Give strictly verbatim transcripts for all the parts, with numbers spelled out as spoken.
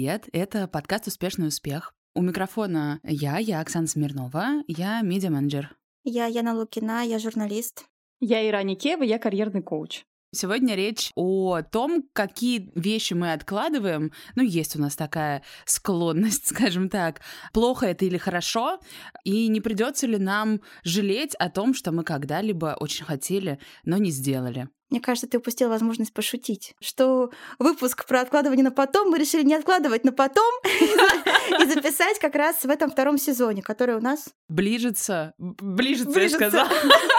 привет! Это подкаст «Успешный успех». У микрофона я, я Оксана Смирнова, я медиа-менеджер. Я Яна Лукина, я журналист. Я Ира Никеева, я карьерный коуч. Сегодня речь о том, какие вещи мы откладываем. Ну, есть у нас такая склонность, скажем так. Плохо это или хорошо? И не придется ли нам жалеть о том, что мы когда-либо очень хотели, но не сделали? Мне кажется, ты упустила возможность пошутить, что выпуск про откладывание на потом мы решили не откладывать на потом и записать как раз в этом втором сезоне, который у нас... Ближется. Ближется, я сказала.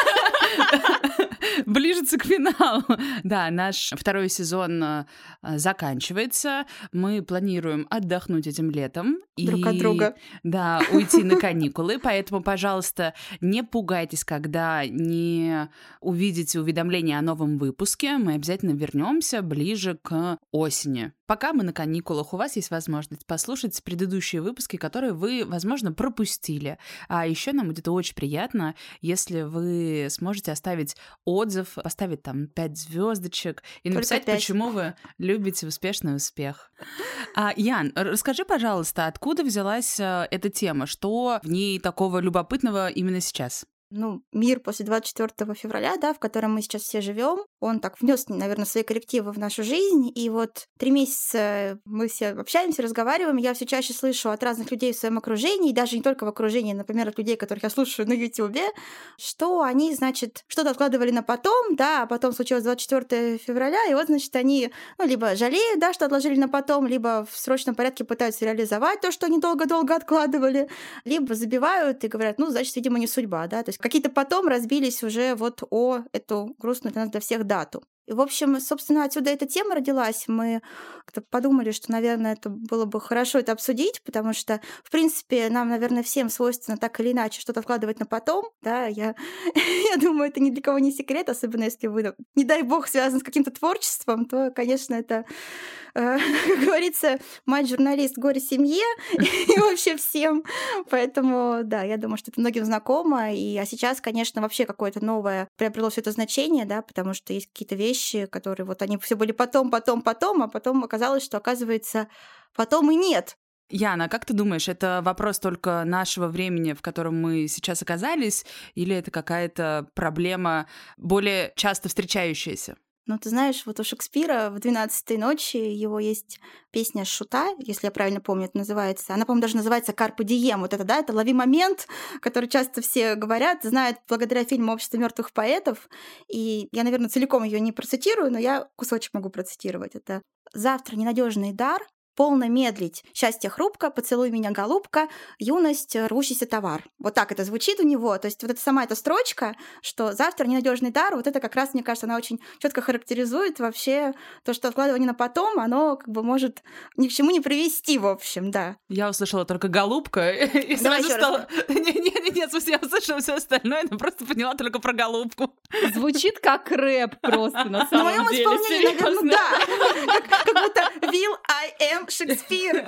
Ближется к финалу. Да, наш второй сезон э, заканчивается. Мы планируем отдохнуть этим летом. Друг и, от друга. Да, уйти на каникулы. Поэтому, пожалуйста, не пугайтесь, когда не увидите уведомления о новом выпуске. Мы обязательно вернемся ближе к осени. Пока мы на каникулах, у вас есть возможность послушать предыдущие выпуски, которые вы, возможно, пропустили. А еще нам будет очень приятно, если вы сможете оставить отзыв, поставить там пять звездочек и написать, почему вы любите успешный успех. А, Ян, расскажи, пожалуйста, откуда взялась эта тема? Что в ней такого любопытного именно сейчас? Ну, мир после двадцать четвёртого февраля, да, в котором мы сейчас все живем, он так внес, наверное, свои коррективы в нашу жизнь. И вот три месяца мы все общаемся, разговариваем. Я все чаще слышу от разных людей в своем окружении, и даже не только в окружении, например, от людей, которых я слушаю на Ютубе, что они, значит, что-то откладывали на потом, да, а потом случилось двадцать четвёртого февраля, и вот, значит, они, ну, либо жалеют, да, что отложили на потом, либо в срочном порядке пытаются реализовать то, что они долго-долго откладывали, либо забивают и говорят, ну, значит, видимо, не судьба, да, то есть какие-то потом разбились уже вот о эту грустную для нас для всех дату. И, в общем, собственно, отсюда эта тема родилась. Мы как-то подумали, что, наверное, это было бы хорошо это обсудить, потому что, в принципе, нам, наверное, всем свойственно так или иначе что-то откладывать на потом. Да, я, я думаю, это ни для кого не секрет, особенно если вы, не дай бог, связан с каким-то творчеством, то, конечно, это, э, как говорится, мать-журналист, горе семье и вообще всем. Поэтому, да, я думаю, что это многим знакомо. И, а сейчас, конечно, вообще какое-то новое приобрело все это значение, да, потому что есть какие-то вещи, которые вот они все были потом, потом, потом, а потом оказалось, что, оказывается, потом и нет. Яна, как ты думаешь, это вопрос только нашего времени, в котором мы сейчас оказались, или это какая-то проблема более часто встречающаяся? Ну, ты знаешь, вот у Шекспира в «Двенадцатой ночи» его есть песня «Шута», если я правильно помню, это называется. Она, по-моему, даже называется «Карпе дием». Вот это, да, это «Лови момент», который часто все говорят, знают благодаря фильму «Общество мертвых поэтов». И я, наверное, целиком ее не процитирую, но я кусочек могу процитировать. Это «Завтра ненадежный дар, полно медлить. Счастье хрупко, поцелуй меня, голубка, юность, рвущийся товар». Вот так это звучит у него. То есть вот эта сама эта строчка, что завтра ненадежный дар, вот это как раз, мне кажется, она очень четко характеризует вообще то, что откладывание на потом, оно как бы может ни к чему не привести, в общем, да. Я услышала только голубка, и сразу стала... Нет-нет-нет, я услышала все остальное, но просто поняла только про голубку. Звучит как рэп просто, на самом деле. В моем исполнении, наверное, да. Как будто Will I am Шекспир.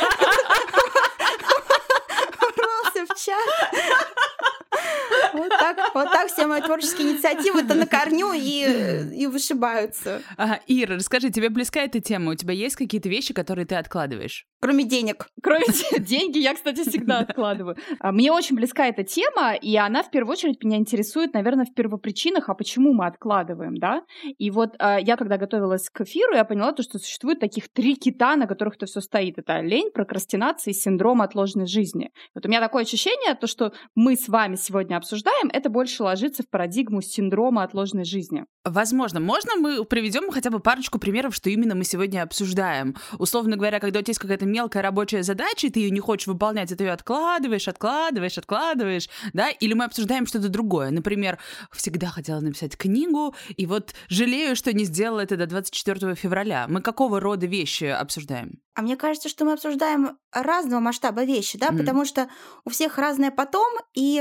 Ворвался в чат. Вот так, вот так все мои творческие инициативы-то на корню и, и вышибаются. Ага, Ира, расскажи, тебе близка эта тема? У тебя есть какие-то вещи, которые ты откладываешь? Кроме денег. Кроме деньги я, кстати, всегда откладываю. Мне очень близка эта тема, и она в первую очередь меня интересует, наверное, в первопричинах, а почему мы откладываем, да? И вот я, когда готовилась к эфиру, я поняла то, что существует таких три кита, на которых это все стоит. Это лень, прокрастинация и синдром отложенной жизни. Вот у меня такое ощущение, то, что мы с вами сегодня обсуждаем, это больше ложится в парадигму синдрома отложенной жизни. Возможно. Можно мы приведем хотя бы парочку примеров, что именно мы сегодня обсуждаем? Условно говоря, когда у тебя есть какая-то мелкая рабочая задача, и ты ее не хочешь выполнять, и ты ее откладываешь, откладываешь, откладываешь, да? Или мы обсуждаем что-то другое. Например, всегда хотела написать книгу, и вот жалею, что не сделала это до двадцать четвёртого февраля. Мы какого рода вещи обсуждаем? А мне кажется, что мы обсуждаем разного масштаба вещи, да, mm-hmm. потому что у всех разное потом, и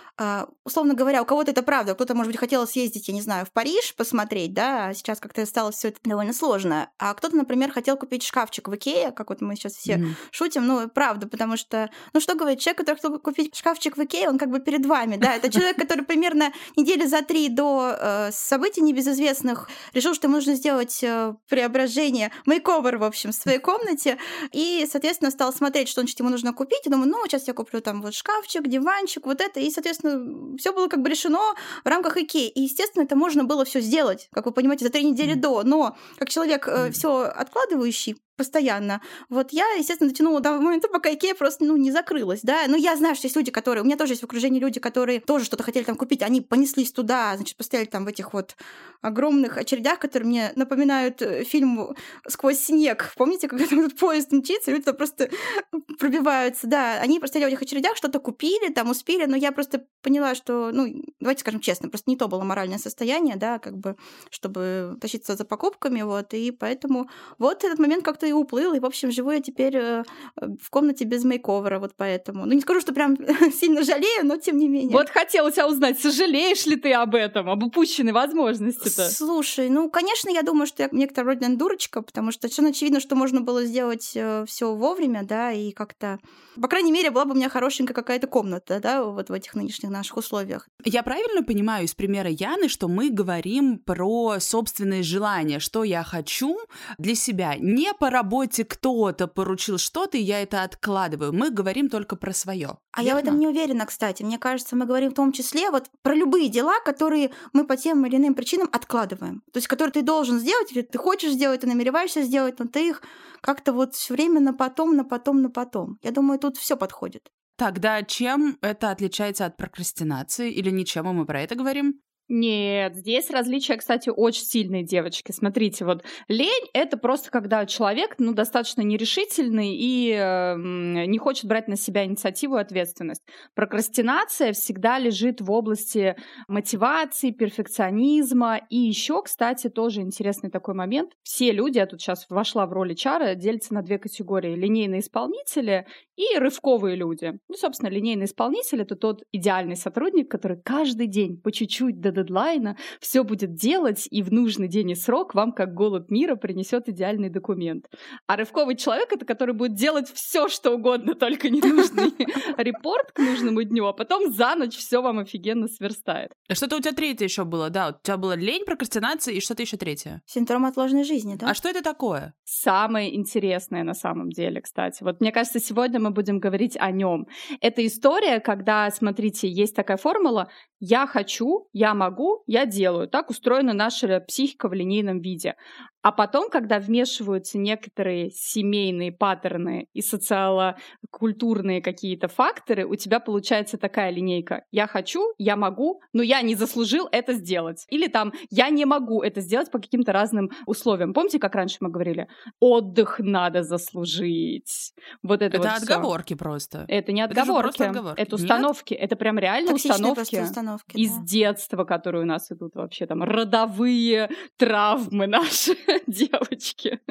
условно говоря, у кого-то это правда, кто-то, может быть, хотел съездить, я не знаю, в Париж посмотреть, да, а сейчас как-то стало все это довольно сложно. А кто-то, например, хотел купить шкафчик в Икее, как вот мы сейчас все mm-hmm. шутим, ну, правда, потому что, ну, что говорить, человек, который хотел купить шкафчик в Икее, он как бы перед вами, да, это человек, который примерно недели за три до э, событий небезызвестных решил, что ему нужно сделать э, преображение, мейковер, в общем, в своей комнате, и, соответственно, стал смотреть, что значит, ему нужно купить, и думаю, ну, сейчас я куплю там вот шкафчик, диванчик, вот это, и, соответственно, все было как бы решено в рамках Икеи. И, естественно, это можно было все сделать, как вы понимаете, за три недели mm. до. Но как человек э, все откладывающий постоянно, вот я, естественно, дотянула до момента, пока Икея просто, ну, не закрылась, да. Но я знаю, что есть люди, которые... У меня тоже есть в окружении люди, которые тоже что-то хотели там купить, они понеслись туда, значит, постояли там в этих вот огромных очередях, которые мне напоминают фильм «Сквозь снег». Помните, когда там этот поезд мчится, люди там просто пробиваются, да. Они постояли в этих очередях, что-то купили, там успели, но я просто поняла, что, ну, давайте скажем честно, просто не то было моральное состояние, да, как бы, чтобы тащиться за покупками, вот, и поэтому вот этот момент как-то и уплыл, и, в общем, живу я теперь э, в комнате без мейковера, вот поэтому. Ну, не скажу, что прям сильно жалею, но тем не менее. Вот хотела тебя узнать, сожалеешь ли ты об этом, об упущенной возможности-то? Слушай, ну, конечно, я думаю, что я некоторая вроде дурочка, потому что совершенно очевидно, что можно было сделать э, все вовремя, да, и как-то, по крайней мере, была бы у меня хорошенькая какая-то комната, да, вот в этих нынешних наших условиях. Я правильно понимаю из примера Яны, что мы говорим про собственные желания, что я хочу для себя, не по работе кто-то поручил что-то, и я это откладываю. Мы говорим только про свое. А верно? Я в этом не уверена, кстати. Мне кажется, мы говорим в том числе вот про любые дела, которые мы по тем или иным причинам откладываем. То есть, которые ты должен сделать, или ты хочешь сделать, ты намереваешься сделать, но ты их как-то вот все время на потом, на потом, на потом. Я думаю, тут все подходит. Тогда чем это отличается от прокрастинации? Или ничем, мы про это говорим? Нет, здесь различия, кстати, очень сильные, девочки. Смотрите, вот лень — это просто когда человек, ну, достаточно нерешительный и э, не хочет брать на себя инициативу и ответственность. Прокрастинация всегда лежит в области мотивации, перфекционизма. И еще, кстати, тоже интересный такой момент. Все люди, я тут сейчас вошла в роль эйч ар, делятся на две категории. Линейные исполнители и рывковые люди. Ну, собственно, линейный исполнитель — это тот идеальный сотрудник, который каждый день по чуть-чуть до дедлайна все будет делать, и в нужный день и срок вам, как голод мира, принесет идеальный документ. А рывковый человек — это который будет делать все, что угодно, только не нужный репорт к нужному дню, а потом за ночь все вам офигенно сверстает. Что-то у тебя третье еще было, да? У тебя была лень, прокрастинация и что-то еще третье. Синдром отложенной жизни, да? А что это такое? Самое интересное на самом деле, кстати. Вот мне кажется, сегодня мы будем говорить о нем. Это история, когда, смотрите, есть такая формула: я хочу, я могу, я делаю. Так устроена наша психика в линейном виде. А потом, когда вмешиваются некоторые семейные паттерны и социально-культурные какие-то факторы, у тебя получается такая линейка: я хочу, я могу, но я не заслужил это сделать. Или там я не могу это сделать по каким-то разным условиям. Помните, как раньше мы говорили? Отдых надо заслужить. Вот это, это вот отговорки всё. Просто. Это не отговорки. Это, отговорки. это установки. Нет? Это прям реально Токсичные установки, установки из да. детства, которые у нас идут вообще там родовые травмы наши. Девочки.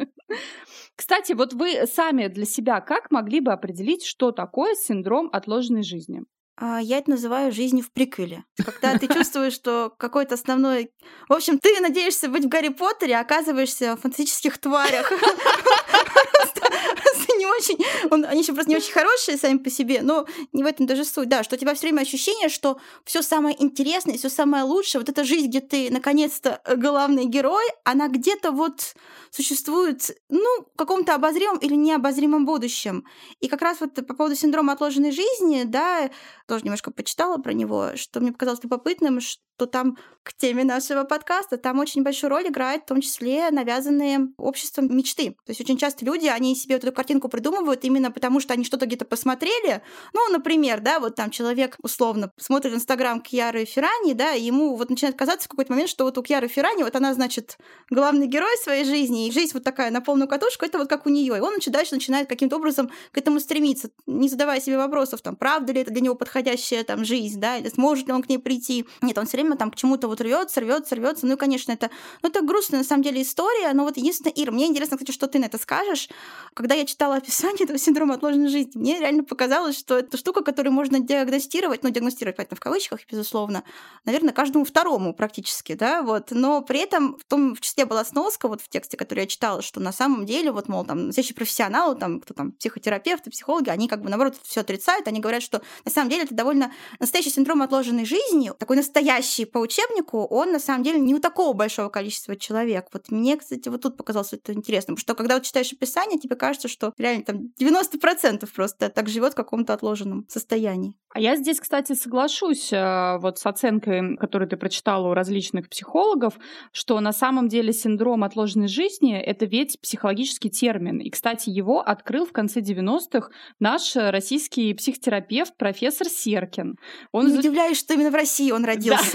Кстати, вот вы сами для себя как могли бы определить, что такое синдром отложенной жизни? Я это называю жизнью в приквеле. Когда ты чувствуешь, что какой-то основной... В общем, ты надеешься быть в Гарри Поттере, а оказываешься в фантастических тварях. Не очень... Он, они еще просто не очень хорошие сами по себе, но не в этом даже суть. Да, что у тебя все время ощущение, что все самое интересное, все самое лучшее, вот эта жизнь, где ты наконец-то главный герой, она где-то вот существует, ну, в каком-то обозримом или необозримом будущем. И как раз вот по поводу синдрома отложенной жизни, да, тоже немножко почитала про него, что мне показалось любопытным, что там к теме нашего подкаста, там очень большую роль играет в том числе навязанные обществом мечты. То есть очень часто люди, они себе вот эту картинку придумывают именно потому, что они что-то где-то посмотрели. Ну, например, да, вот там человек условно смотрит Инстаграм Кьяры Феррани, да, и ему вот начинает казаться в какой-то момент, что вот у Кьяры Феррани, вот она, значит, главный герой своей жизни, и жизнь вот такая на полную катушку, это вот как у нее. И он дальше начинает каким-то образом к этому стремиться, не задавая себе вопросов, там, правда ли это для него подходящая там жизнь, да, или сможет ли он к ней прийти. Нет, он все время время там к чему-то вот рвется, рвется, рвется. Ну и, конечно, это, ну, это грустная на самом деле история, но вот единственное, Ира, мне интересно, кстати, что ты на это скажешь. Когда я читала описание этого синдрома отложенной жизни, мне реально показалось, что это штука, которую можно диагностировать, ну, диагностировать, понятно, в кавычках, безусловно, наверное, каждому второму практически, да, вот, но при этом в том в числе была сноска вот в тексте, который я читала, что на самом деле, вот, мол, там, настоящие профессионалы, там, кто там, психотерапевты, психологи, они как бы, наоборот, все отрицают, они говорят, что на самом деле это довольно настоящий синдром отложенной жизни, такой настоящий по учебнику, он на самом деле не у такого большого количества человек. Вот мне, кстати, вот тут показалось это интересным, что когда вот читаешь описание, тебе кажется, что реально там девяносто процентов просто так живет в каком-то отложенном состоянии. А я здесь, кстати, соглашусь э, вот с оценкой, которую ты прочитала у различных психологов, что на самом деле синдром отложенной жизни — это ведь психологический термин. И, кстати, его открыл в конце девяностых наш российский психотерапевт профессор Серкин. Он Не изуч... удивляюсь, что именно в России он родился.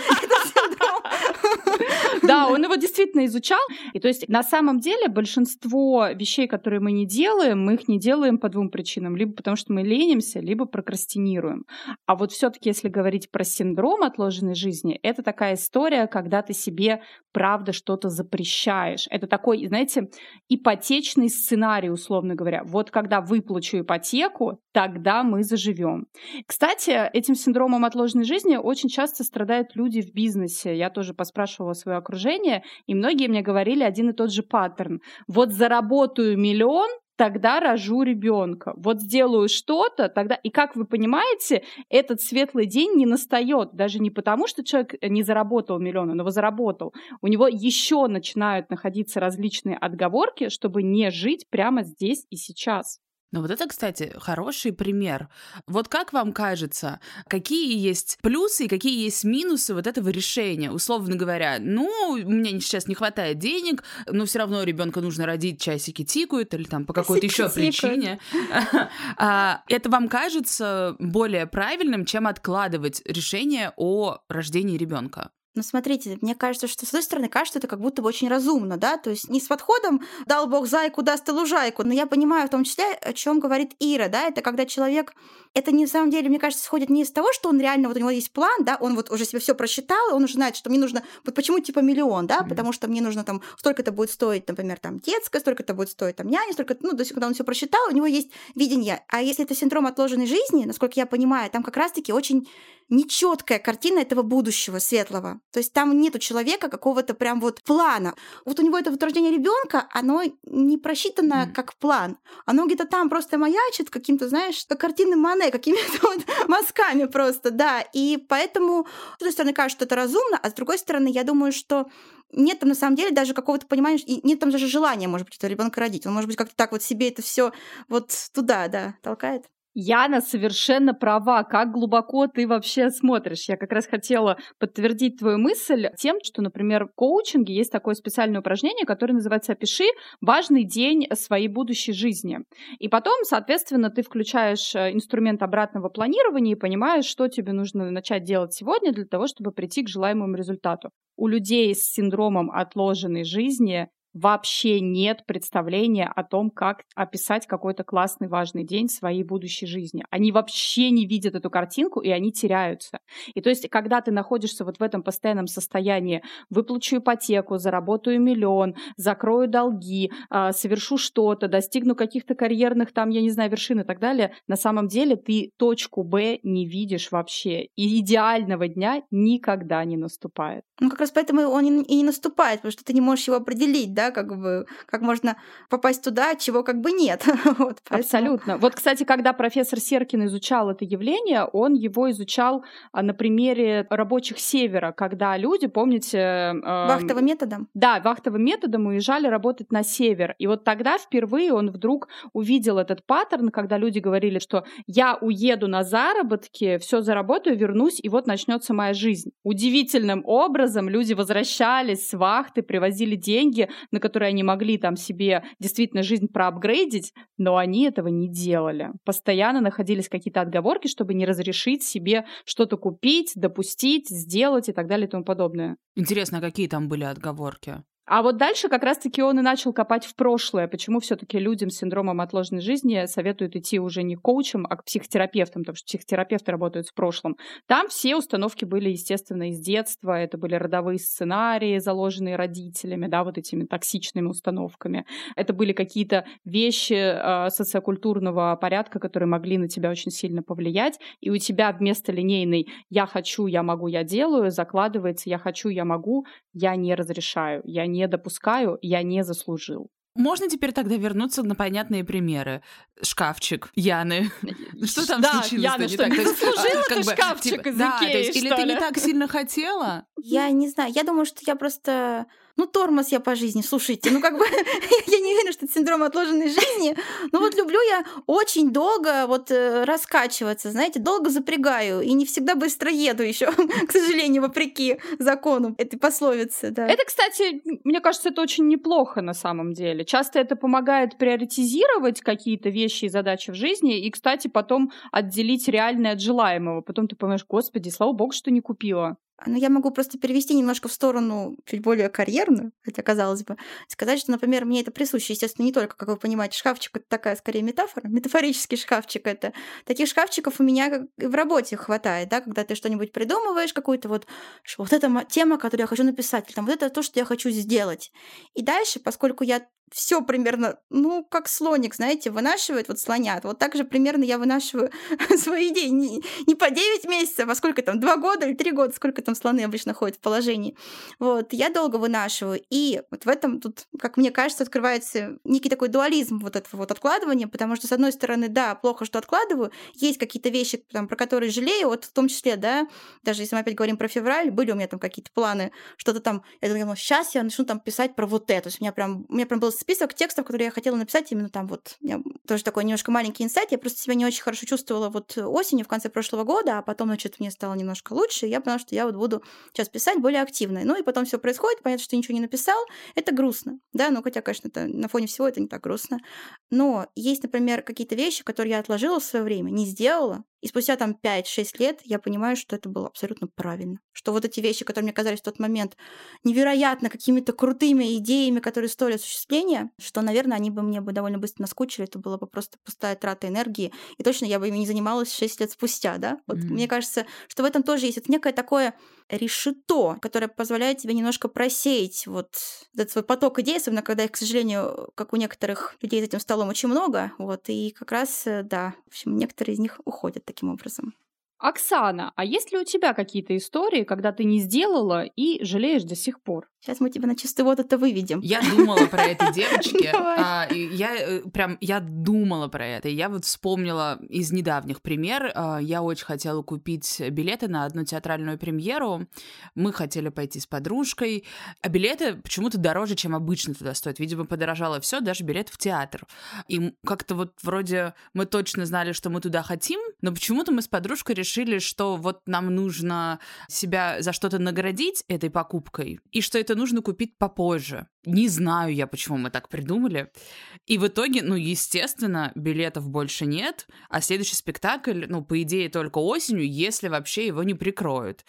Да, он его действительно изучал. И то есть на самом деле большинство вещей, которые мы не делаем, мы их не делаем по двум причинам. Либо потому что мы ленимся, либо прокрастинируем. А вот все-таки, если говорить про синдром отложенной жизни, это такая история, когда ты себе правда что-то запрещаешь. Это такой, знаете, ипотечный сценарий, условно говоря. Вот когда выплачу ипотеку, тогда мы заживем. Кстати, этим синдромом отложенной жизни очень часто страдают люди в бизнесе. Я тоже поспрашивала свое окружение, и многие мне говорили один и тот же паттерн. Вот заработаю миллион, тогда рожу ребенка. Вот сделаю что-то, тогда... И как вы понимаете, этот светлый день не настает. Даже не потому, что человек не заработал миллион, он его заработал. У него еще начинают находиться различные отговорки, чтобы не жить прямо здесь и сейчас. Ну вот это, кстати, хороший пример. Вот как вам кажется, какие есть плюсы и какие есть минусы вот этого решения? Условно говоря, ну, у меня сейчас не хватает денег, но все равно ребенка нужно родить, часики тикают или там по какой-то еще причине. Это вам кажется более правильным, чем откладывать решение о рождении ребенка? Ну, смотрите, мне кажется, что, с одной стороны, кажется, это как будто бы очень разумно, да, то есть не с подходом «дал Бог зайку, даст и лужайку», но я понимаю в том числе, о чем говорит Ира, да, это когда человек, это не, на самом деле, мне кажется, исходит не из того, что он реально, вот у него есть план, да, он вот уже себе все просчитал, он уже знает, что мне нужно, вот почему типа миллион, да, mm-hmm. потому что мне нужно там, столько это будет стоить, например, там, детская, столько это будет стоить, там, няня, столько, ну, то есть, когда он все просчитал, у него есть видение, а если это синдром отложенной жизни, насколько я понимаю, там как раз-таки очень нечеткая картина этого будущего светлого. То есть там нету человека какого-то прям вот плана. Вот у него это вот рождение ребенка, оно не просчитано mm. как план. Оно где-то там просто маячит каким-то, знаешь, как картины Мане, какими-то вот мазками просто, да. И поэтому, с одной стороны, кажется, что это разумно, а с другой стороны, я думаю, что нет там на самом деле даже какого-то понимания, и нет там даже желания, может быть, этого ребенка родить. Он, может быть, как-то так вот себе это все вот туда, да, толкает. Яна совершенно права. Как глубоко ты вообще смотришь? Я как раз хотела подтвердить твою мысль тем, что, например, в коучинге есть такое специальное упражнение, которое называется «Опиши важный день своей будущей жизни». И потом, соответственно, ты включаешь инструмент обратного планирования и понимаешь, что тебе нужно начать делать сегодня для того, чтобы прийти к желаемому результату. У людей с синдромом отложенной жизни вообще нет представления о том, как описать какой-то классный, важный день своей будущей жизни. Они вообще не видят эту картинку, и они теряются. И то есть, когда ты находишься вот в этом постоянном состоянии, выплачу ипотеку, заработаю миллион, закрою долги, совершу что-то, достигну каких-то карьерных, там, я не знаю, вершин и так далее, на самом деле ты точку Б не видишь вообще. И идеального дня никогда не наступает. Ну, как раз поэтому он и не наступает, потому что ты не можешь его определить, да, как бы, как можно попасть туда, чего как бы нет. Вот, поэтому... Абсолютно. Вот, кстати, когда профессор Серкин изучал это явление, он его изучал на примере рабочих севера, когда люди, помните... Э, вахтовым методом? Да, вахтовым методом уезжали работать на север. И вот тогда впервые он вдруг увидел этот паттерн, когда люди говорили, что я уеду на заработки, все заработаю, вернусь, и вот начнется моя жизнь. Удивительным образом люди возвращались с вахты, привозили деньги, на которые они могли там себе действительно жизнь проапгрейдить, но они этого не делали. Постоянно находились какие-то отговорки, чтобы не разрешить себе что-то купить, допустить, сделать и так далее и тому подобное. Интересно, какие там были отговорки? А вот дальше как раз-таки он и начал копать в прошлое. Почему все-таки людям с синдромом отложенной жизни советуют идти уже не к коучам, а к психотерапевтам, потому что психотерапевты работают с прошлым. Там все установки были, естественно, из детства. Это были родовые сценарии, заложенные родителями, да, вот этими токсичными установками. Это были какие-то вещи э, социокультурного порядка, которые могли на тебя очень сильно повлиять. И у тебя вместо линейной «я хочу, я могу, я делаю» закладывается «я хочу, я могу, я не разрешаю, я не допускаю, я не заслужил». Можно теперь тогда вернуться на понятные примеры. Шкафчик Яны. Что там да, случилось? Яна, что, не заслужила ты шкафчик из да, Икеи, то есть, или что ты ли? не так сильно хотела? Я не знаю, я думаю, что я просто... Ну, тормоз я по жизни, слушайте. Ну, как бы, я не уверена, что это синдром отложенной жизни. Но вот люблю я очень долго вот э, раскачиваться, знаете, долго запрягаю. И не всегда быстро еду еще, к сожалению, вопреки закону этой пословицы, да. Это, кстати, мне кажется, это очень неплохо на самом деле. Часто это помогает приоритизировать какие-то вещи и задачи в жизни, и, кстати, потом отделить реальное от желаемого. Потом ты понимаешь, господи, слава богу, что не купила. Но я могу просто перевести немножко в сторону чуть более карьерную, хотя, казалось бы, сказать, что, например, мне это присуще, естественно, не только, как вы понимаете, шкафчик — это такая, скорее, метафора, метафорический шкафчик это. Таких шкафчиков у меня и в работе хватает, да, когда ты что-нибудь придумываешь, какую-то вот, что вот эта тема, которую я хочу написать, или там вот это то, что я хочу сделать. И дальше, поскольку я все примерно, ну, как слоник, знаете, вынашивает, вот слонят. Вот так же примерно я вынашиваю свои идеи. Не, не по девять месяцев, а сколько там, два года или три года, сколько там слоны обычно ходят в положении. Вот, я долго вынашиваю. И вот в этом тут, как мне кажется, открывается некий такой дуализм вот этого вот откладывания, потому что, с одной стороны, да, плохо, что откладываю, есть какие-то вещи, там, про которые жалею, вот в том числе, да, даже если мы опять говорим про февраль, были у меня там какие-то планы, что-то там, я думала, сейчас я начну там писать про вот это. То есть у меня прям, у меня прям был список текстов, которые я хотела написать именно там вот. У меня тоже такой немножко маленький инсайт. Я просто себя не очень хорошо чувствовала вот осенью, в конце прошлого года, а потом, значит, мне стало немножко лучше, и я поняла, что я вот буду сейчас писать более активно. Ну и потом все происходит, понятно, что ничего не написал. Это грустно, да, ну хотя, конечно, это, на фоне всего это не так грустно. Но есть, например, какие-то вещи, которые я отложила в свое время, не сделала, и спустя там пять-шесть лет я понимаю, что это было абсолютно правильно. Что вот эти вещи, которые мне казались в тот момент невероятно какими-то крутыми идеями, которые стоили осуществления, что, наверное, они бы мне бы довольно быстро наскучили, это была бы просто пустая трата энергии, и точно я бы ими не занималась шесть лет спустя, да? Вот mm-hmm. Мне кажется, что в этом тоже есть вот некое такое решето, которое позволяет тебе немножко просеять вот этот свой поток идей, особенно когда их, к сожалению, как у некоторых людей за этим столом очень много, вот, и как раз, да, в общем, некоторые из них уходят таким образом. Оксана, а есть ли у тебя какие-то истории, когда ты не сделала и жалеешь до сих пор? Сейчас мы тебя на чистый вот это выведем. Я думала про это, девочки. а, я прям, я думала про это. Я вот вспомнила из недавних пример. А, я очень хотела купить билеты на одну театральную премьеру. Мы хотели пойти с подружкой. А билеты почему-то дороже, чем обычно туда стоят. Видимо, подорожало все, даже билет в театр. И как-то вот вроде мы точно знали, что мы туда хотим, но почему-то мы с подружкой решили, что вот нам нужно себя за что-то наградить этой покупкой, и что это нужно купить попозже. Не знаю я, почему мы так придумали. И в итоге, ну, естественно, билетов больше нет, а следующий спектакль, ну, по идее, только осенью, если вообще его не прикроют.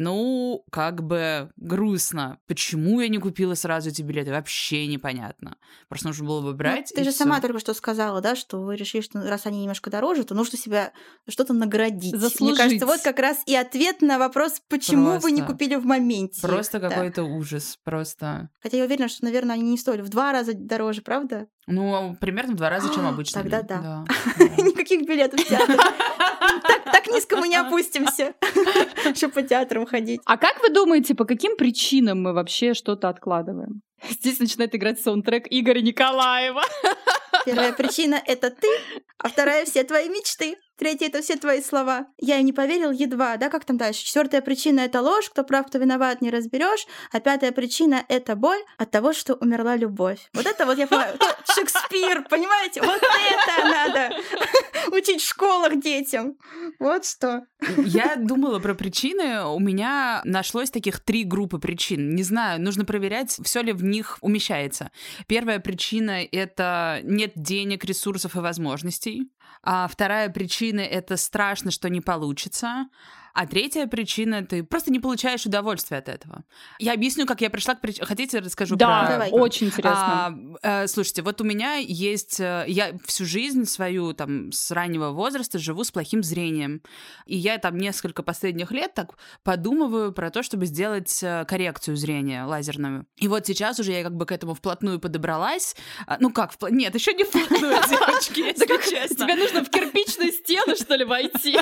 Ну, как бы грустно. Почему я не купила сразу эти билеты? Вообще непонятно. Просто нужно было выбрать. Ну, ты же всё. сама только что сказала, да, что вы решили, что раз они немножко дороже, то нужно себя что-то наградить. Заслужить. Мне кажется, вот как раз и ответ на вопрос, почему Просто. вы не купили в моменте. Просто Да. какой-то ужас. Просто. Хотя я уверена, что, наверное, они не стоили в два раза дороже, правда? Ну, примерно в два раза, чем обычно. Тогда да. да. Никаких билетов в театр. Так, так низко мы не опустимся, чтобы по театрам ходить. А как вы думаете, по каким причинам мы вообще что-то откладываем? Здесь начинает играть саундтрек Игоря Николаева. Первая причина — это ты, а вторая — все твои мечты. Третья — это все твои слова. Я им не поверил едва, да, как там дальше? Четвертая причина — это ложь, кто прав, кто виноват, не разберешь. А пятая причина — это боль от того, что умерла любовь. Вот это вот, я понимаю, Шекспир, понимаете? Вот это надо учить в школах детям. Вот что. Я думала про причины. У меня нашлось таких три группы причин. Не знаю, нужно проверять, все ли в них умещается. Первая причина — это нет денег, ресурсов и возможностей. А вторая причина — это страшно, что не получится. А третья причина — ты просто не получаешь удовольствия от этого. Я объясню, как я пришла к причине. Хотите, расскажу да, про... Давай. Очень интересно. А, а, слушайте, вот у меня есть... Я всю жизнь свою, там, с раннего возраста живу с плохим зрением. И я там несколько последних лет так подумываю про то, чтобы сделать коррекцию зрения лазерную. И вот сейчас уже я как бы к этому вплотную подобралась. Ну как, впл... нет, еще не вплотную, девочки, если честно. Тебе нужно в кирпичную стену, что ли, войти?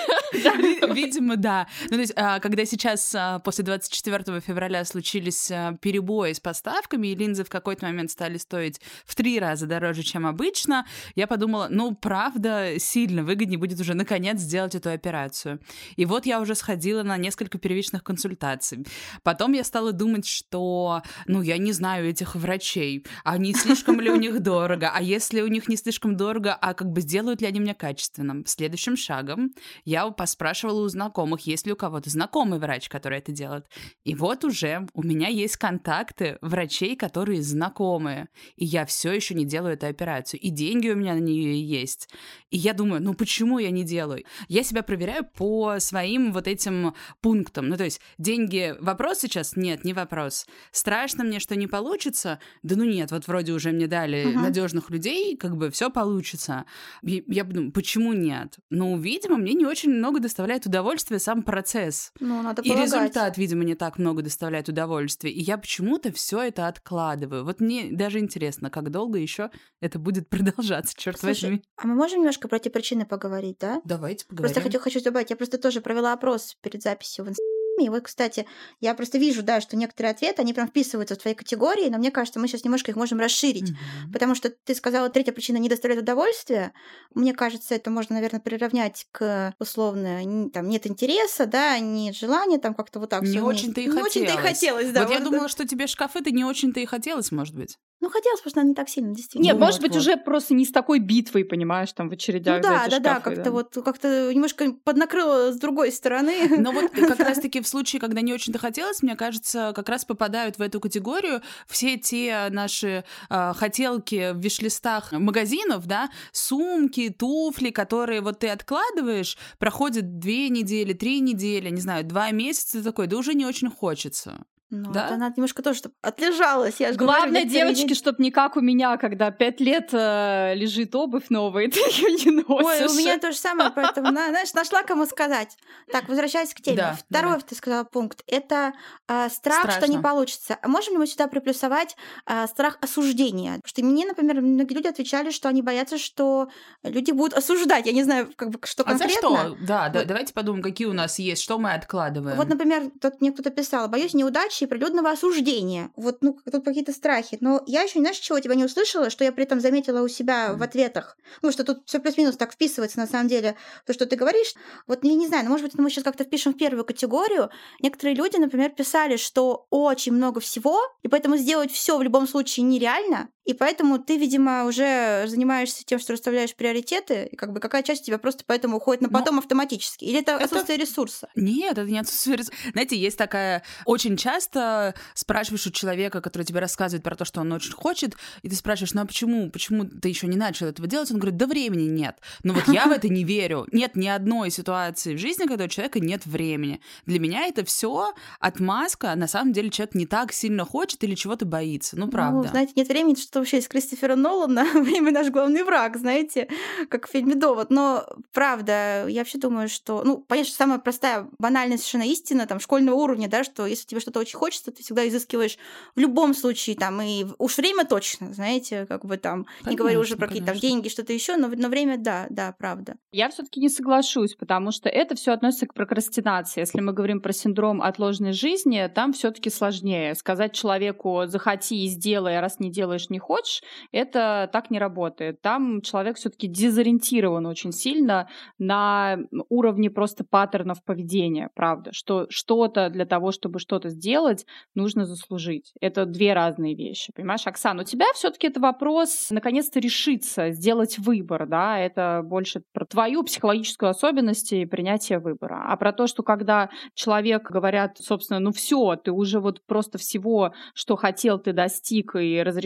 Видимо, да. Ну, то есть, когда сейчас после двадцать четвёртого февраля случились перебои с поставками, и линзы в какой-то момент стали стоить в три раза дороже, чем обычно, я подумала, ну, правда, сильно выгоднее будет уже наконец сделать эту операцию. И вот я уже сходила на несколько первичных консультаций. Потом я стала думать, что, ну, я не знаю этих врачей, а не слишком ли у них дорого, а если у них не слишком дорого, а как бы сделают ли они меня качественным? Следующим шагом я поспрашивала у знакомых, есть ли у кого-то знакомый врач, который это делает. И вот уже у меня есть контакты врачей, которые знакомые, и я все еще не делаю эту операцию, и деньги у меня на нее есть. И я думаю, ну почему я не делаю? Я себя проверяю по своим вот этим пунктам. Ну то есть деньги — вопрос сейчас? Нет, не вопрос. Страшно мне, что не получится? Да ну нет, вот вроде уже мне дали uh-huh. надежных людей, как бы все получится. И я думаю, почему нет? Ну, видимо, мне не очень много доставляет удовольствия сам процесс. Ну, надо и полагать. результат, видимо, не так много доставляет удовольствия. И я почему-то все это откладываю. Вот мне даже интересно, как долго еще это будет продолжаться, черт Слушай, возьми. А мы можем немножко про эти причины поговорить, да? Давайте поговорим. Просто хочу, хочу добавить, я просто тоже провела опрос перед записью в Инстаграме. И вот, кстати, я просто вижу, да, что некоторые ответы, они прям вписываются в твои категории, но мне кажется, мы сейчас немножко их можем расширить. Mm-hmm. Потому что ты сказала, третья причина не доставляет удовольствия. Мне кажется, это можно, наверное, приравнять к условно, там, нет интереса, да, нет желания, там как-то вот так. Не очень-то и не хотелось. Не очень-то и хотелось, да. Вот, вот я думала, что тебе шкафы-то не очень-то и хотелось, может быть. Ну, хотелось, потому что она не так сильно, действительно. Нет, вот, может быть, вот. уже просто не с такой битвой, понимаешь, там в очередях ну, да, за эти да, шкафы, да, как-то да. вот, как-то немножко поднакрыло с другой стороны. Но вот как раз-таки в случае, когда не очень-то хотелось, мне кажется, как раз попадают в эту категорию все те наши э, хотелки в виш-листах магазинов, да, сумки, туфли, которые вот ты откладываешь, проходят две недели, три недели, не знаю, два месяца, такой, да уже не очень хочется. Ну, да? это надо немножко тоже, чтобы отлежалась. Я Главное, говорю, девочки, день... чтобы не как у меня, когда пять лет э, лежит обувь новая, и ты ее не носишь. Ой, у меня то же самое, поэтому, знаешь, нашла кому сказать. Так, возвращаясь к теме. Да, Второй, давай. ты сказала, пункт. Это э, страх, Страшно. что не получится. А можем ли мы сюда приплюсовать э, страх осуждения? Потому что мне, например, многие люди отвечали, что они боятся, что люди будут осуждать. Я не знаю, как бы, что конкретно. А за что? Да, вот. да, давайте подумаем, какие у нас есть, что мы откладываем. Вот, например, тут мне кто-то писал, боюсь неудачи и прилюдного осуждения. Вот, ну, тут какие-то страхи. Но я еще, знаешь, чего тебя не услышала, что я при этом заметила у себя mm. в ответах. Ну, что тут все плюс-минус так вписывается, на самом деле, то, что ты говоришь. Вот, я не знаю, но, может быть, мы сейчас как-то впишем в первую категорию. Некоторые люди, например, писали, что очень много всего, и поэтому сделать все в любом случае нереально. И поэтому ты, видимо, уже занимаешься тем, что расставляешь приоритеты, и как бы какая часть у тебя просто поэтому уходит на потом Но... автоматически. Или это, это отсутствие ресурса? Нет, это не отсутствие ресурса. Знаете, есть такая... Очень часто спрашиваешь у человека, который тебе рассказывает про то, что он очень хочет, и ты спрашиваешь, ну а почему? Почему ты еще не начал этого делать? Он говорит, да времени нет. Но вот я в это не верю. Нет ни одной ситуации в жизни, когда у человека нет времени. Для меня это все отмазка. На самом деле человек не так сильно хочет или чего-то боится. Ну, правда. Ну, знаете, нет времени, что вообще из Кристофера Нолана время наш главный враг, знаете, как в фильме «Довод». Но, правда, я вообще думаю, что... Ну, понятно, что самая простая, банальная совершенно истина там школьного уровня, да, что если тебе что-то очень хочется, ты всегда изыскиваешь в любом случае там, и уж время точно, знаете, как бы там, конечно, не говорю уже про какие-то там деньги, что-то еще, но, но время, да, да, правда. Я все-таки не соглашусь, потому что это все относится к прокрастинации. Если мы говорим про синдром отложенной жизни, там все-таки сложнее. Сказать человеку «захоти и сделай», а раз не делаешь, не хочешь, это так не работает. Там человек все-таки дезориентирован очень сильно на уровне просто паттернов поведения, правда, что что-то для того, чтобы что-то сделать, нужно заслужить. Это две разные вещи, понимаешь, Оксана? У тебя все-таки это вопрос наконец-то решиться, сделать выбор, да, это больше про твою психологическую особенность и принятие выбора. А про то, что когда человек говорят, собственно, ну все, ты уже вот просто всего, что хотел, ты достиг, и разреши себе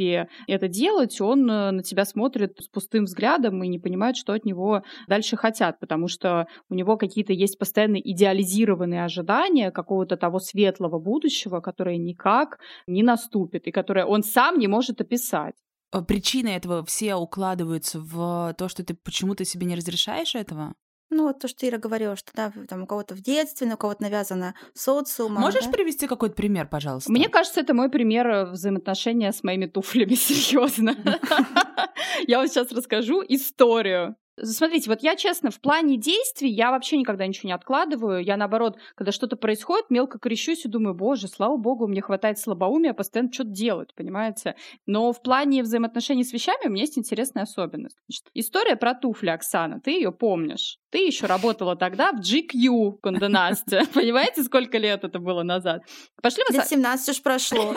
тебе это делать, он на тебя смотрит с пустым взглядом и не понимает, что от него дальше хотят, потому что у него какие-то есть постоянно идеализированные ожидания какого-то того светлого будущего, которое никак не наступит и которое он сам не может описать. Причины этого все укладываются в то, что ты почему-то себе не разрешаешь этого? Ну, вот то, что Ира говорила, что да, там у кого-то в детстве, у кого-то навязано социумом. Можешь да? привести какой-то пример, пожалуйста? Мне кажется, это мой пример взаимоотношения с моими туфлями, серьезно. Я вам сейчас расскажу историю. Смотрите, вот я, честно, в плане действий я вообще никогда ничего не откладываю. Я, наоборот, когда что-то происходит, мелко крещусь и думаю, боже, слава богу, мне хватает слабоумия постоянно что-то делать, понимаете? Но в плане взаимоотношений с вещами у меня есть интересная особенность. Значит, история про туфли, Оксана, ты ее помнишь. Ты еще работала тогда в джи кью Condé Nast. Понимаете, сколько лет это было назад? Пошли мы... Лет семнадцать уж прошло.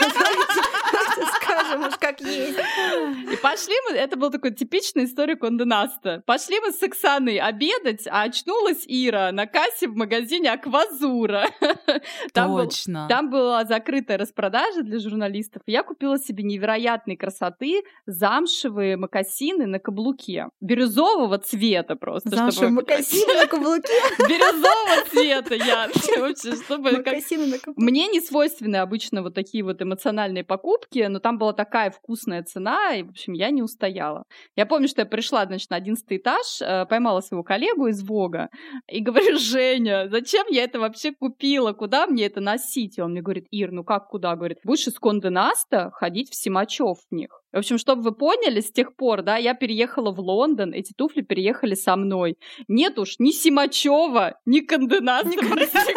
Скажем уж как есть. И пошли мы... Это была такая типичная история Condé Nast. Пошли мы с Оксаной обедать, а очнулась Ира на кассе в магазине Аквазура. Там Точно. Был, там была закрытая распродажа для журналистов. И я купила себе невероятной красоты замшевые мокасины на каблуке. Бирюзового цвета просто. Замшевые мокасины на каблуке? Бирюзового цвета, я. Вообще, чтобы... Мокасины на каблуке. Мне не свойственны обычно вот такие вот эмоциональные покупки, но там была такая вкусная цена, и, в общем, я не устояла. Я помню, что я пришла, значит, на одиннадцатый этаж, поймала своего коллегу из Вога и говорю: Женя, зачем я это вообще купила? Куда мне это носить? И он мне говорит: Ир, ну как куда? Говорит, будешь из Condé Nast ходить в Симачев в них. В общем, чтобы вы поняли, с тех пор, да, я переехала в Лондон, эти туфли переехали со мной. Нет уж ни Симачева, ни Condé Nast, прости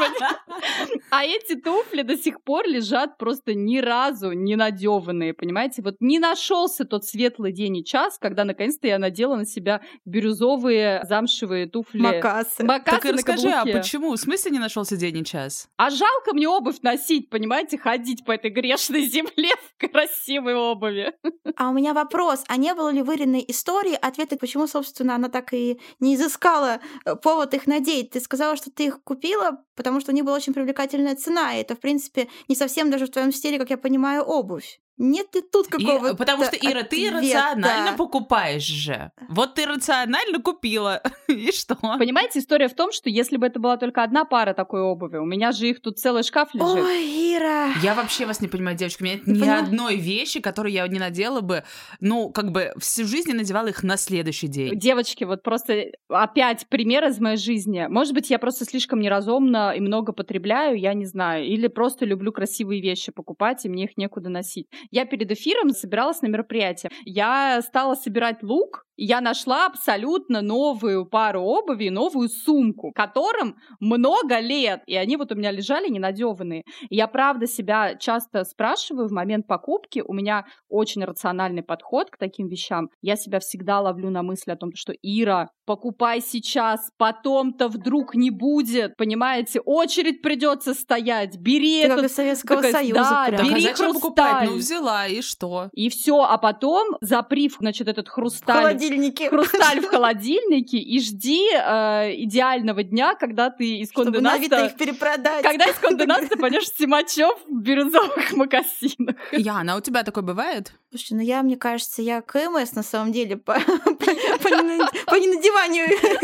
господи. А эти туфли до сих пор лежат просто ни разу не надеванные, понимаете? Вот не нашелся тот светлый день и час, когда наконец-то я надела на себя бирюзовые замшевые туфли. Макасы. Макасы так и на расскажи, каблуке. а почему? В смысле не нашелся день и час? А жалко мне обувь носить, понимаете, ходить по этой грешной земле в красивой обуви. А у меня вопрос, а не было ли в Ириной истории ответа, почему, собственно, она так и не изыскала повод их надеть? Ты сказала, что ты их купила, потому что у них была очень привлекательная цена, и это, в принципе, не совсем даже в твоем стиле, как я понимаю, обувь. Нет ли тут какого-то И, потому что, Ира, ответа? ты рационально покупаешь же. Вот ты рационально купила, и что? Понимаете, история в том, что если бы это была только одна пара такой обуви, у меня же их тут целый шкаф лежит. Ой, Ира! Я вообще вас не понимаю, девочки. У меня нет ни понимаю. одной вещи, которую я не надела бы, ну, как бы всю жизнь я надевала их на следующий день. Девочки, вот просто опять пример из моей жизни. Может быть, я просто слишком неразумна и много потребляю, я не знаю. Или просто люблю красивые вещи покупать, и мне их некуда носить. Я перед эфиром собиралась на мероприятие. Я стала собирать лук, и я нашла абсолютно новую пару обуви, новую сумку, которым много лет, и они вот у меня лежали ненадеванные. И я, правда, себя часто спрашиваю в момент покупки, у меня очень рациональный подход к таким вещам. Я себя всегда ловлю на мысли о том, что Ира, покупай сейчас, потом-то вдруг не будет, понимаете, очередь придется стоять, бери Ты этот... как из Советского такая, Союза. да, прям. Так, а бери зачем хрусталь. покупать? Ну, взяла, и что? И все, а потом, заприв, значит, этот В хрусталь, холодильнике. хрусталь в холодильнике, и жди э, идеального дня, когда ты из Чтобы Condé на Авито Nast... их перепродать. Когда из Condé Nast ты пойдешь в Симачев в бирюзовых мокасинах. Яна, а у тебя такое бывает? Слушайте, ну я, мне кажется, я КМС на самом деле по, по, по, по ненадеванию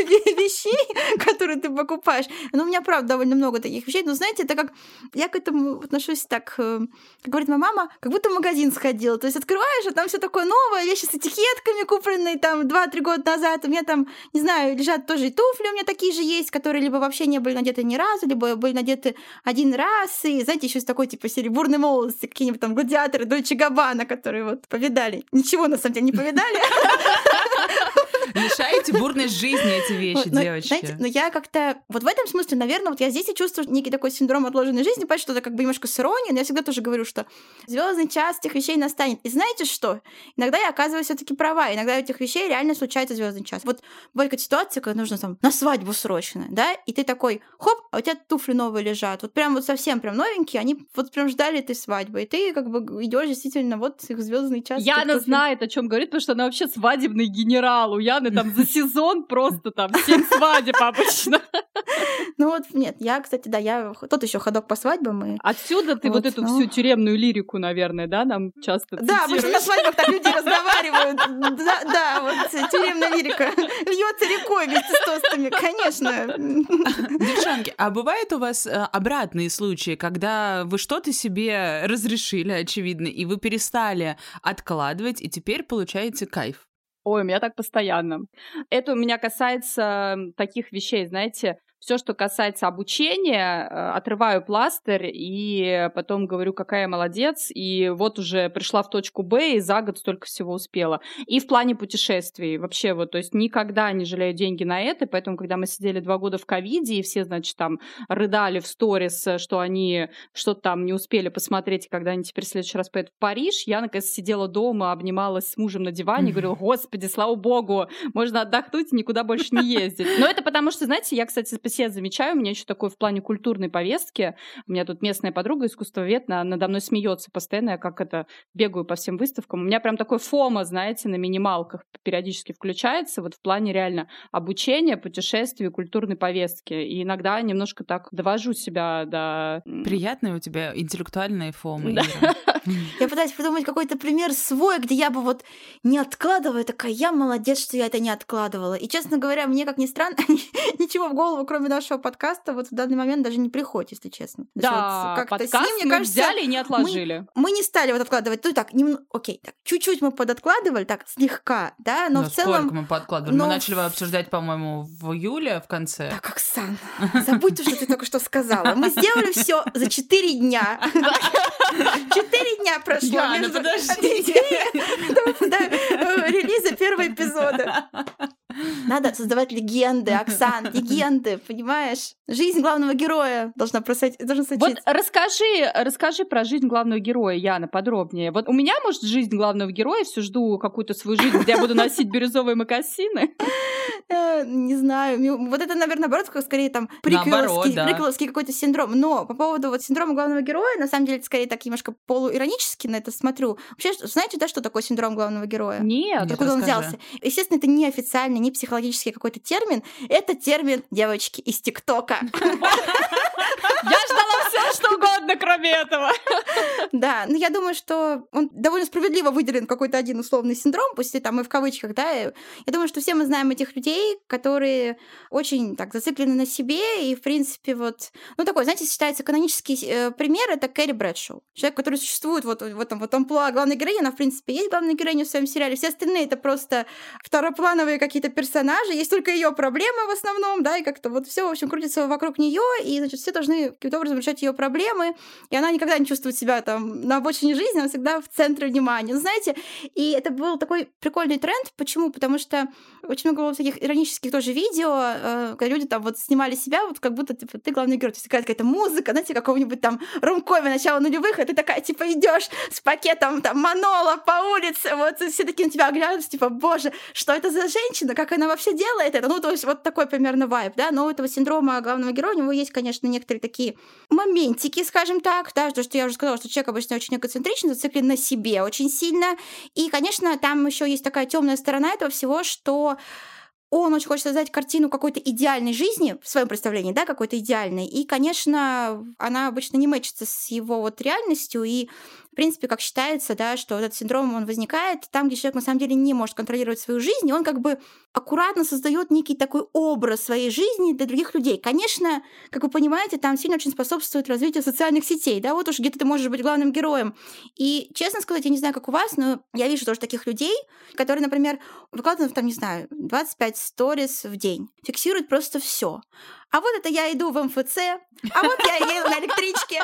вещей, которые ты покупаешь. Но у меня, правда, довольно много таких вещей. Но знаете, это как... Я к этому отношусь так, как говорит моя мама, как будто в магазин сходила. То есть открываешь, а там все такое новое, вещи с этикетками, купленные там два-три года назад. У меня там, не знаю, лежат тоже и туфли у меня такие же есть, которые либо вообще не были надеты ни разу, либо были надеты один раз. И, знаете, еще из такой, типа, серии бурной молодости, какие-нибудь там гладиаторы Дольче Габбана, которые вот повидали. Ничего, на самом деле, не повидали. Лишаете бурной жизни эти вещи, Вот, но, девочки. Знаете, но я как-то... Вот в этом смысле, наверное, вот я здесь и чувствую некий такой синдром отложенной жизни, понимаешь, что это как бы немножко с иронией, но я всегда тоже говорю, что звездный час этих вещей настанет. И знаете что? Иногда я оказываюсь все таки права. Иногда у этих вещей реально случается звездный час. Вот бывает какая-то ситуация, когда нужно там на свадьбу срочно, да, и ты такой, хоп, а у тебя туфли новые лежат. Вот прям вот совсем прям новенькие, они вот прям ждали этой свадьбы. И ты как бы идешь действительно вот их звездный час. Яна знает, о чем говорит, потому что она вообще свадебный генерал. У Яны там за сезон просто там семь свадеб обычно. Ну вот Нет, я, кстати, да, я тот еще ходок по свадьбам. И... Отсюда ты вот, вот эту ну... всю тюремную лирику, наверное, да, нам часто цитируешь? Да, потому что на свадьбах так люди разговаривают. Да, да, вот тюремная лирика льется рекой вместе с тостами, конечно. Девчонки, а бывают у вас обратные случаи, когда вы что-то себе разрешили, очевидно, и вы перестали откладывать, и теперь получаете кайф? Ой, у меня так постоянно. Это у меня касается таких вещей, знаете, все, что касается обучения, отрываю пластырь и потом говорю, какая я молодец, и вот уже пришла в точку Б, и за год столько всего успела. И в плане путешествий вообще вот, то есть никогда не жалею деньги на это, поэтому, когда мы сидели два года в ковиде, и все, значит, там рыдали в сторис, что они что-то там не успели посмотреть, и когда они теперь в следующий раз поедут в Париж, я, наконец, сидела дома, обнималась с мужем на диване и говорила, господи, слава богу, можно отдохнуть и никуда больше не ездить. Но это потому что, знаете, я, кстати, я замечаю, у меня еще такое в плане культурной повестки. У меня тут местная подруга, искусствовед, на, надо мной смеется постоянно, я как это бегаю по всем выставкам. У меня прям такой фома, знаете, на минималках периодически включается, вот в плане реально обучения, путешествий, культурной повестки. И иногда немножко так довожу себя до... Приятные у тебя интеллектуальные фомы, да. Я пытаюсь придумать какой-то пример свой, где я бы вот не откладывая, такая, я молодец, что я это не откладывала. И, честно говоря, мне, как ни странно, ничего в голову, кроме нашего подкаста, вот в данный момент даже не приходит, если честно. Да, вот подкаст с ним, мне мы кажется, взяли и не отложили. Мы, мы не стали вот откладывать. Ну так, нем... окей, так, чуть-чуть мы подоткладывали, так, слегка, да, но, но в целом... сколько мы подкладывали? Но... Мы начали обсуждать, по-моему, в июле, в конце. Так, Оксана, забудь то, что ты только что сказала. Мы сделали все за четыре дня. Четыре дня прошло Яна, подожди. Релиза первого эпизода. Надо создавать легенды, Оксан, легенды, понимаешь? Жизнь главного героя должна просочиться. Вот расскажи, расскажи про жизнь главного героя, Яна, подробнее. Вот у меня, может, жизнь главного героя, все жду какую-то свою жизнь, где я буду носить бирюзовые мокасины. Не знаю. Вот это, наверное, наоборот, скорее там приквеловский какой-то синдром. Но по поводу вот синдрома главного героя, на самом деле, скорее так немножко полуиронически на это смотрю. Вообще, знаете, да, что такое синдром главного героя? Нет. Откуда он взялся? Естественно, это не официально, не психологический какой-то термин. Это термин, девочки, из ТикТока. Я ждала все, что угодно, кроме этого. Да, но я думаю, что он довольно справедливо выделен какой-то один условный синдром, пусть и там и в кавычках, да. Я думаю, что все мы знаем этих людей, которые очень так зациклены на себе, и, в принципе, вот... Ну, такой, знаете, считается канонический э, пример, это Кэрри Брэдшоу. Человек, который существует вот в этом вот амплуа главной героини, она, в принципе, есть главной героиней в своем сериале. Все остальные — это просто второплановые какие-то персонажи, есть только ее проблемы в основном, да, и как-то вот все, в общем, крутится вокруг нее, и, значит, все должны каким-то образом решать ее проблемы, и она никогда не чувствует себя там на обочине жизни, она всегда в центре внимания, знаете, и это был такой прикольный тренд. Почему? Потому что очень много было таких иронических тоже видео, когда люди там вот снимали себя, вот как будто типа, ты главный герой, то есть какая-то музыка, знаете, какого-нибудь там ромкоме начала нулевых, и ты такая, типа, идешь с пакетом там Манола по улице, вот все такие на тебя оглядываются, типа, боже, что это за женщина, как она вообще делает это? Ну, то есть вот такой примерно вайб, да, но у этого синдрома главного героя у него есть, конечно, некоторые такие моментики, скажем так, да, то, что я уже сказала, что человек обычно очень эгоцентричен, зациклен на себе очень сильно, и, конечно, там еще есть такая темная сторона этого всего, что он очень хочет создать картину какой-то идеальной жизни в своем представлении, да, какой-то идеальной, и, конечно, она обычно не мэчится с его вот реальностью, и в принципе, как считается, да, что этот синдром, он возникает там, где человек на самом деле не может контролировать свою жизнь, и он как бы аккуратно создает некий такой образ своей жизни для других людей. Конечно, как вы понимаете, там сильно очень способствует развитию социальных сетей, да, вот уж где-то ты можешь быть главным героем. И, честно сказать, я не знаю, как у вас, но я вижу тоже таких людей, которые, например, выкладывают там, не знаю, двадцать пять сторис в день, фиксируют просто все. А вот это я иду в эм эф цэ, а вот я еду на электричке.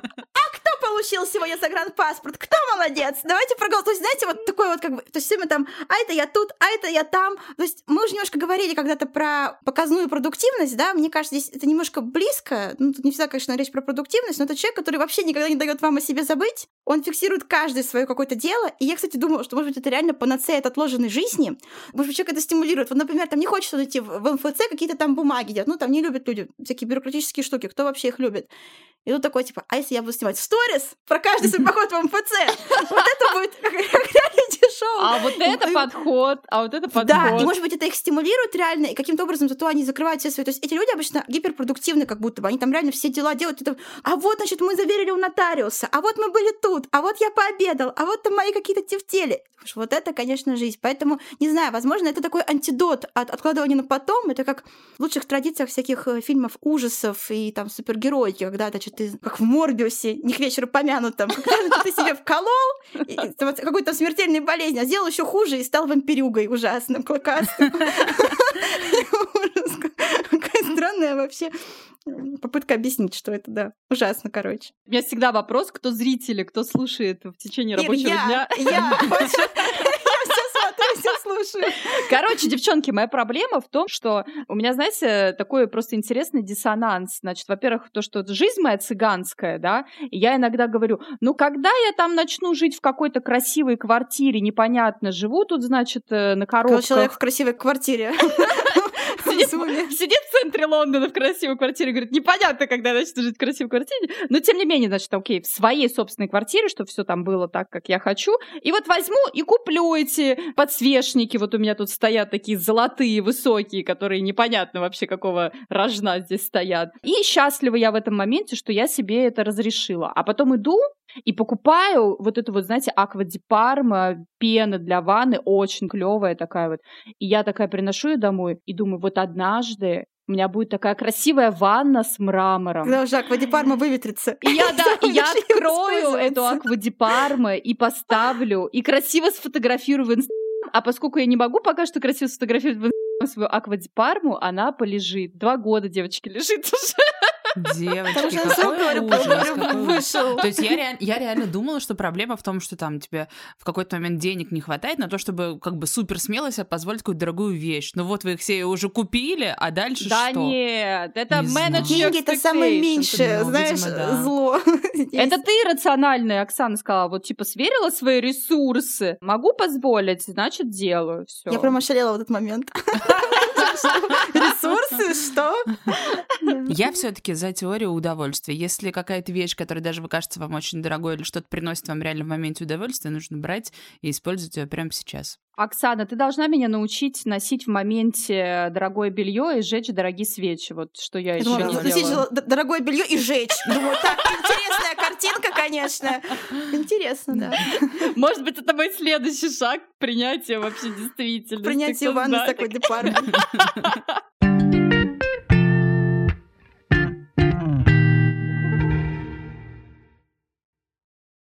А кто получил сегодня загранпаспорт? Кто молодец? Давайте проголосуем. То есть, знаете, вот такой вот как бы... То есть все мы там, а это я тут, а это я там. То есть мы уже немножко говорили когда-то про показную продуктивность, да, мне кажется, здесь это немножко близко. Ну, тут не всегда, конечно, речь про продуктивность, но это человек, который вообще никогда не дает вам о себе забыть. Он фиксирует каждое свое какое-то дело. И я, кстати, думала, что, может быть, это реально панацея от отложенной жизни. Может быть, человек это стимулирует. Вот, например, там не хочется идти в эм эф цэ, какие-то там бумаги делать. Ну, там не любят люди всякие бюрократические штуки. Кто вообще их любит? И тут такой, типа, а если я буду снимать сторис про каждый свой поход в эм эф цэ? Вот это будет как реалити-шоу. А вот это подход, а вот это подход. Да, и, может быть, это их стимулирует реально, и каким-то образом зато они закрывают все свои... То есть эти люди обычно гиперпродуктивны, как будто бы. Они там реально все дела делают. Это, а вот, значит, мы заверили у нотариуса, а вот мы были тут, а вот я пообедал, а вот там мои какие-то тефтели. Вот это, конечно, жизнь. Поэтому, не знаю, возможно, это такой антидот от откладывания на потом. Это как в лучших традициях всяких фильмов ужасов и там супергероики, когда ты что-то как в Морбиусе, не к вечеру помянутом, когда ты себе вколол и, вот, какой-то смертельной болезни, а сделал еще хуже и стал вампирюгой ужасным, клыкастым. Какая странная вообще попытка объяснить, что это, да. Ужасно, короче. У меня всегда вопрос, кто зрители, кто слушает в течение рабочего я, дня. Я, я все смотрю, все слушаю. Короче, девчонки, моя проблема в том, что у меня, знаете, такой просто интересный диссонанс. Значит, во-первых, то, что жизнь моя цыганская, да, и я иногда говорю, ну, когда я там начну жить в какой-то красивой квартире, непонятно, живу тут, значит, на коробках. Когда человек в красивой квартире. Сидит, сидит в центре Лондона в красивой квартире, говорит, непонятно, когда я начну жить в красивой квартире, но тем не менее, значит, окей, в своей собственной квартире, чтобы все там было так, как я хочу, и вот возьму и куплю эти подсвечники, вот у меня тут стоят такие золотые, высокие, которые непонятно вообще какого рожна здесь стоят. И счастлива я в этом моменте, что я себе это разрешила. А потом иду и покупаю вот эту вот, знаете, Аква ди Парма, пена для ванны, очень клевая такая вот. И я такая приношу ее домой и думаю, вот однажды у меня будет такая красивая ванна с мрамором. Когда уже Аква ди Парма выветрится. И я, да, и я открою эту Аква ди Парма и поставлю, и красиво сфотографирую в Инстаграм. А поскольку я не могу пока что красиво сфотографировать в Инстаграм свою Аква ди Парму, она полежит. Два года, девочки, лежит уже. Девочки, какой ужас, какой вышел. То есть я, ре... я реально думала, что проблема в том, что там тебе в какой-то момент денег не хватает на то, чтобы как бы супер смело себе позволить какую-то дорогую вещь. Но вот вы их все уже купили, а дальше да что? Да нет, это менеджер. Деньги — это самое меньшее, ну, знаешь, видимо, да. зло. Это ты рациональная, Оксана сказала, вот типа сверила свои ресурсы, могу позволить, значит делаю. Всё. Я прям ошалела в этот момент. Ресурсы, что? Я все-таки за теорию удовольствия. Если какая-то вещь, которая даже вы кажется вам очень дорогой или что-то приносит вам реально в моменте удовольствия, нужно брать и использовать ее прямо сейчас. Оксана, ты должна меня научить носить в моменте дорогое белье и сжечь дорогие свечи. Вот что я, я еще думала, не делала. Носить дорогое белье и жечь. Думаю, так, интересная картинка, конечно. Интересно, да. Может быть, это мой следующий шаг к принятию вообще действительно. Принятие ванны с такой депармой.